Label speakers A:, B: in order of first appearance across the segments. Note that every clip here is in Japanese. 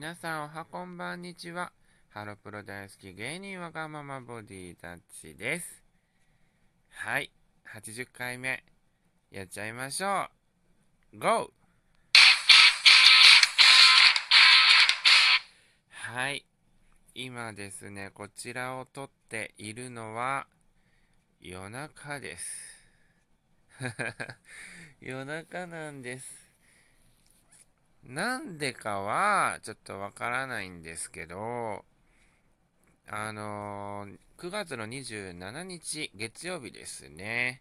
A: 皆さんおはこんばんにちは。ハロプロ大好き芸人わがままボディタッチです。はい、80回目やっちゃいましょう。GO! はい、今ですね、こちらを撮っているのは夜中です。夜中なんです。なんでかはちょっとわからないんですけど、9月の27日月曜日ですね。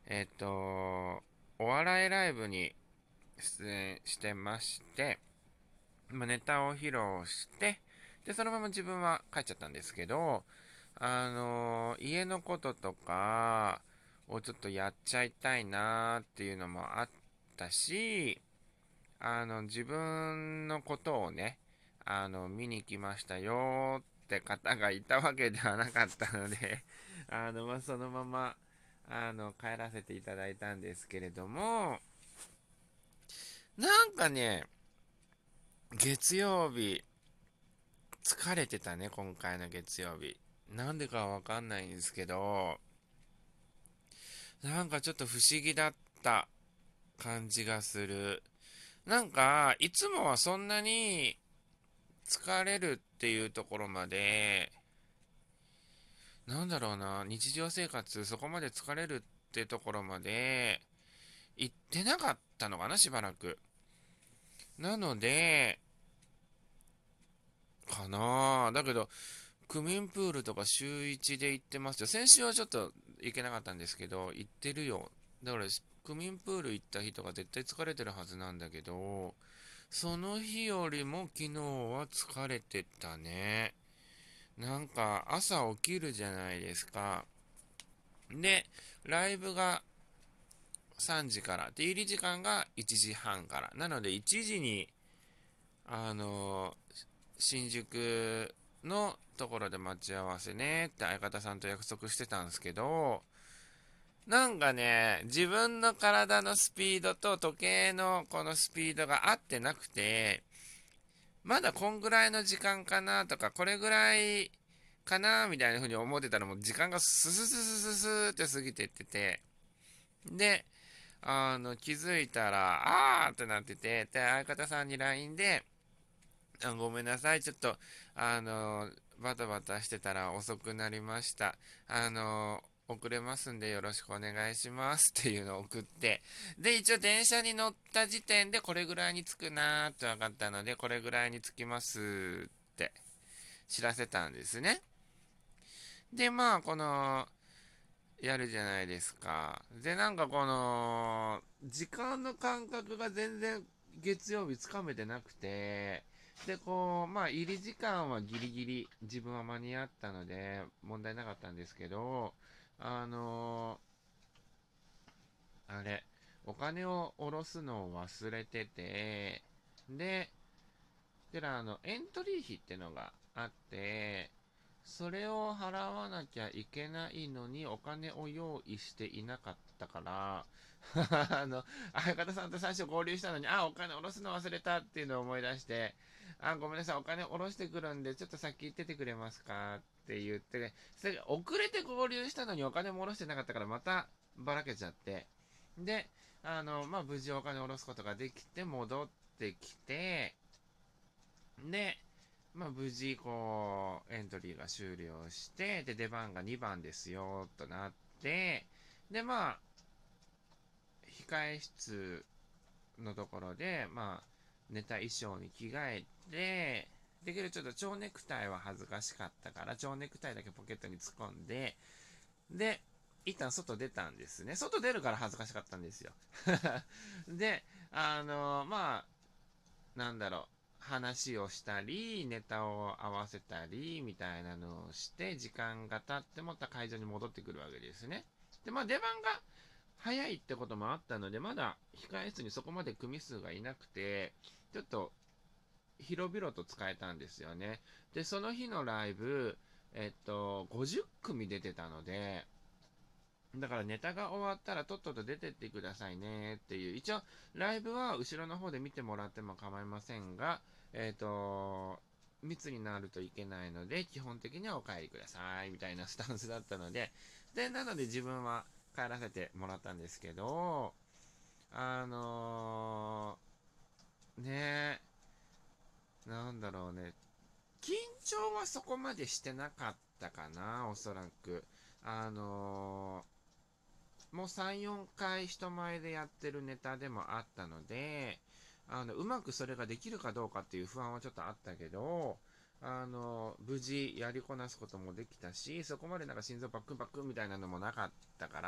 A: お笑いライブに出演してまして、ネタを披露して、で、そのまま自分は帰っちゃったんですけど、家のこととかをちょっとやっちゃいたいなっていうのもあったし、自分のことをね、見に来ましたよって方がいたわけではなかったので、そのまま、帰らせていただいたんですけれども、なんかね、月曜日、疲れてたね、今回の月曜日。なんでかわかんないんですけど、なんかちょっと不思議だった感じがする。なんか、いつもはそんなに疲れるっていうところまで、なんだろうな、日常生活そこまで疲れるってところまで行ってなかったのかな、しばらく。なので、かなだけど、区民プールとか週1で行ってますよ。先週はちょっと行けなかったんですけど、行ってるよ。だから、区民プール行った日とか絶対疲れてるはずなんだけど、その日よりも昨日は疲れてたね。なんか朝起きるじゃないですか。で、ライブが3時から。で、入り時間が1時半から。なので、1時に、あの新宿のところで待ち合わせねって相方さんと約束してたんですけど、なんかね、自分の体のスピードと時計のこのスピードが合ってなくて、まだこんぐらいの時間かなとか、これぐらいかなみたいな風に思ってたらもう時間がススススススって過ぎてってて、で、気づいたら、あーってなってて、で、相方さんに LINE で、ごめんなさい、ちょっと、あの、バタバタしてたら遅くなりました。遅れますんでよろしくお願いしますっていうのを送って、で、一応電車に乗った時点でこれぐらいに着くなーって分かったので、これぐらいに着きますって知らせたんですね。で、やるじゃないですか。で、なんか時間の感覚が全然月曜日つかめてなくて、で、入り時間はギリギリ自分は間に合ったので問題なかったんですけど、あのあれ、お金を下ろすのを忘れてて、で、エントリー費ってのがあって、それを払わなきゃいけないのにお金を用意していなかったから、相方さんと最初合流したのに、お金下ろすの忘れたっていうのを思い出して、ごめんなさい、お金下ろしてくるんで、ちょっと先行っててくれますかって言って、それ遅れて合流したのにお金も下ろしてなかったから、またばらけちゃって、で、無事お金下ろすことができて、戻ってきて、で、無事、エントリーが終了して、で、出番が2番ですよ、となって、で、控え室のところで、ネタ衣装に着替えて、できるちょっと蝶ネクタイは恥ずかしかったから、蝶ネクタイだけポケットに突っ込んで、で、一旦外出たんですね。外出るから恥ずかしかったんですよ。で、なんだろう、話をしたり、ネタを合わせたり、みたいなのをして、時間が経ってまた会場に戻ってくるわけですね。で、出番が早いってこともあったので、まだ控え室にそこまで組数がいなくて、ちょっと広々と使えたんですよね。で、その日のライブ、50組出てたので、だからネタが終わったらとっとと出てってくださいねっていう、一応ライブは後ろの方で見てもらっても構いませんが、 密になるといけないので、基本的にはお帰りください、みたいなスタンスだったので、なので自分は帰らせてもらったんですけど、あのね、なんだろうね、緊張はそこまでしてなかったかな、おそらく。もう3、4回人前でやってるネタでもあったので、うまくそれができるかどうかっていう不安はちょっとあったけど、無事やりこなすこともできたし、そこまでなんか心臓バックンバックンみたいなのもなかったから、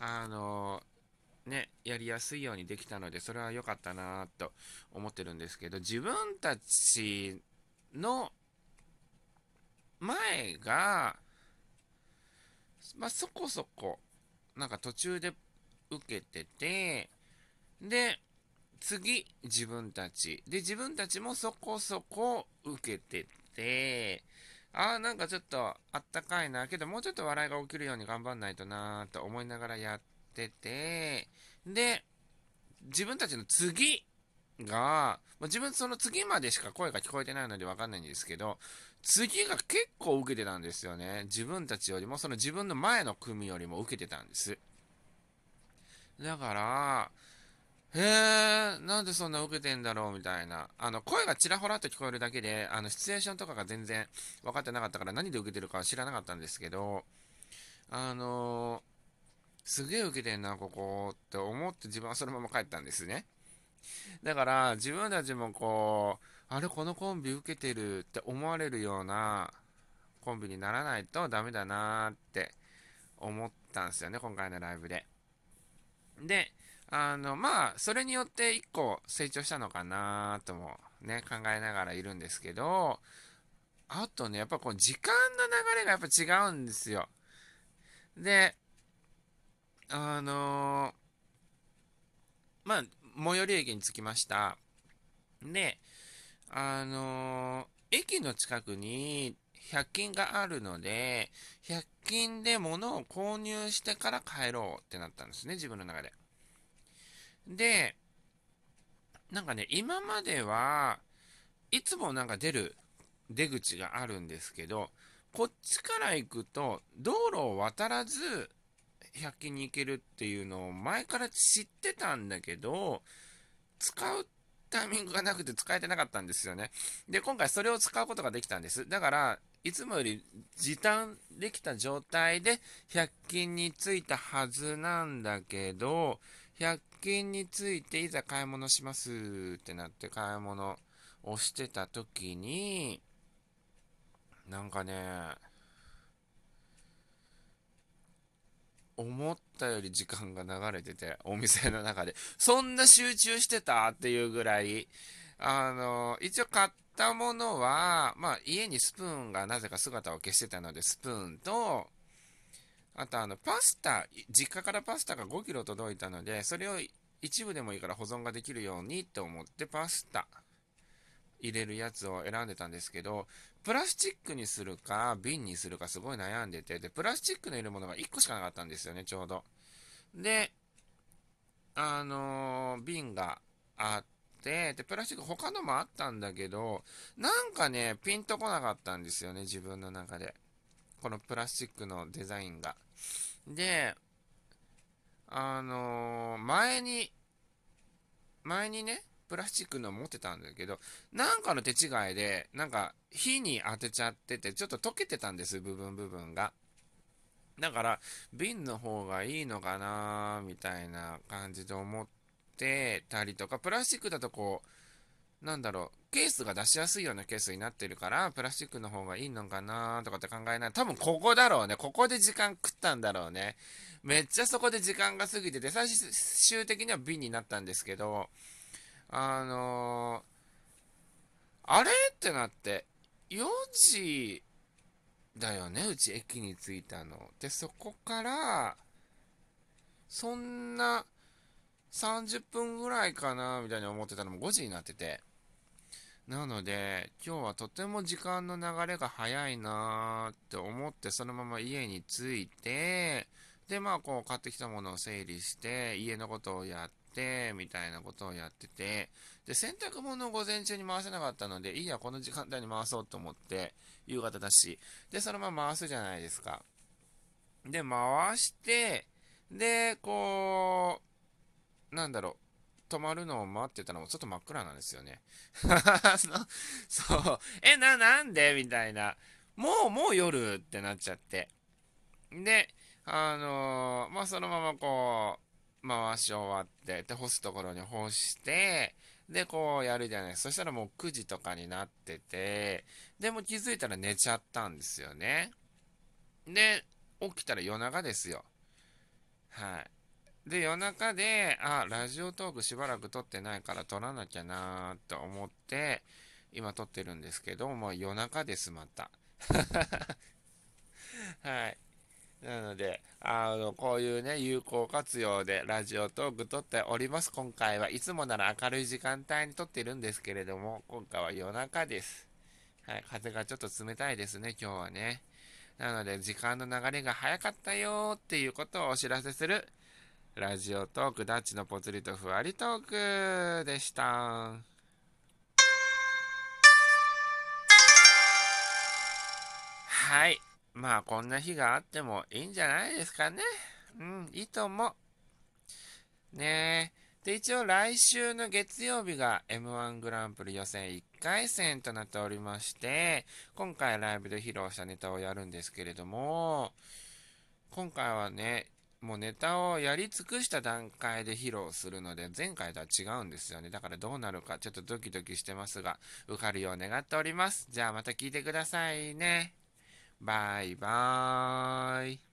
A: やりやすいようにできたので、それは良かったなと思ってるんですけど、自分たちの前が、まあ、そこそこ、なんか途中で受けてて、で、次、自分たち。で、自分たちもそこそこ受けてて、なんかちょっとあったかいな、けどもうちょっと笑いが起きるように頑張んないとなと思いながらやってて、で、自分たちの次が、自分その次までしか声が聞こえてないのでわかんないんですけど、次が結構受けてたんですよね。自分たちよりも、その自分の前の組よりも受けてたんです。だから、へえ、なんでそんな受けてんだろうみたいな。声がちらほらっと聞こえるだけで、シチュエーションとかが全然分かってなかったから何で受けてるかは知らなかったんですけど、あのーすげえ受けてんな、ここって思って自分はそのまま帰ったんですね。だから自分たちもこう、あれ、このコンビ受けてるって思われるようなコンビにならないとダメだなーって思ったんですよね、今回のライブで。で、まあ、それによって一個成長したのかなともね、考えながらいるんですけど、あとね、やっぱこう時間の流れがやっぱ違うんですよ。で、あのーまあ、最寄り駅に着きました。で、駅の近くに100均があるので、100均で物を購入してから帰ろうってなったんですね、自分の中で。で、なんかね、今までいつもなんか出口があるんですけど、こっちから行くと道路を渡らず100均に行けるっていうのを前から知ってたんだけど、使うタイミングがなくて使えてなかったんですよね。で、今回それを使うことができたんです。だから、いつもより時短できた状態で100均に着いたはずなんだけど、100均に着いていざ買い物しますってなって買い物をしてた時に、なんかね、思ったより時間が流れてて、お店の中で。そんな集中してたっていうぐらい、一応買ったものは、まあ家にスプーンがなぜか姿を消してたので、スプーンと、あとパスタ、実家からパスタが5キロ届いたので、それを一部でもいいから保存ができるようにと思ってパスタ入れるやつを選んでたんですけど、プラスチックにするか瓶にするかすごい悩んでて、で、プラスチックの入れるものが1個しかなかったんですよね、ちょうど。で、瓶があって、で、プラスチック他のもあったんだけど、なんかね、ピンとこなかったんですよね、自分の中で。このプラスチックのデザインが。で、前にね、プラスチックの持ってたんだけど、なんかの手違いで、なんか火に当てちゃってて、ちょっと溶けてたんです、部分が。だから、瓶の方がいいのかなみたいな感じで思ってたりとか、プラスチックだとこう、なんだろう、ケースが出しやすいようなケースになってるから、プラスチックの方がいいのかなとかって考えない。多分ここだろうね。ここで時間食ったんだろうね。めっちゃそこで時間が過ぎてて、最終的には瓶になったんですけど、あのあれってなって、4時だよね、うち駅に着いたの。で、そこから、そんな30分ぐらいかな、みたいに思ってたのも5時になってて。なので、今日はとても時間の流れが早いなーって思って、そのまま家に着いて、 で、まあ、こう、買ってきたものを整理して、家のことをやって、みたいなことをやってて、で、洗濯物を午前中に回せなかったので、いいや、この時間帯に回そうと思って、夕方だし、で、そのまま回すじゃないですか。で、回して、で、こう、なんだろう、止まるのを待ってたらもうちょっと真っ暗なんですよね。そう、なんでみたいな。もう夜ってなっちゃって。で、まあ、そのままこう、回し終わって、で、干すところに干して、で、こうやるじゃない。そしたらもう9時とかになってて、でも気づいたら寝ちゃったんですよね。で、起きたら夜中ですよ。はい。で、夜中で、ラジオトークしばらく撮ってないから撮らなきゃなーと思って、今撮ってるんですけど、もう夜中です、また。はい。なので、こういうね、有効活用でラジオトーク撮っております。今回はいつもなら明るい時間帯に撮ってるんですけれども、今回は夜中です。はい。風がちょっと冷たいですね、今日はね。なので、時間の流れが早かったよーっていうことをお知らせするラジオトーク、ダッチのぽつりとふわりトークでした。はい。まあ、こんな日があってもいいんじゃないですかね。うん、いいと思う。ねえ。で、一応来週の月曜日が M1 グランプリ予選1回戦となっておりまして、今回ライブで披露したネタをやるんですけれども、今回はね、もうネタをやり尽くした段階で披露するので、前回とは違うんですよね。だからどうなるかちょっとドキドキしてますが、受かるよう願っております。じゃあまた聞いてくださいね。バイバーイ。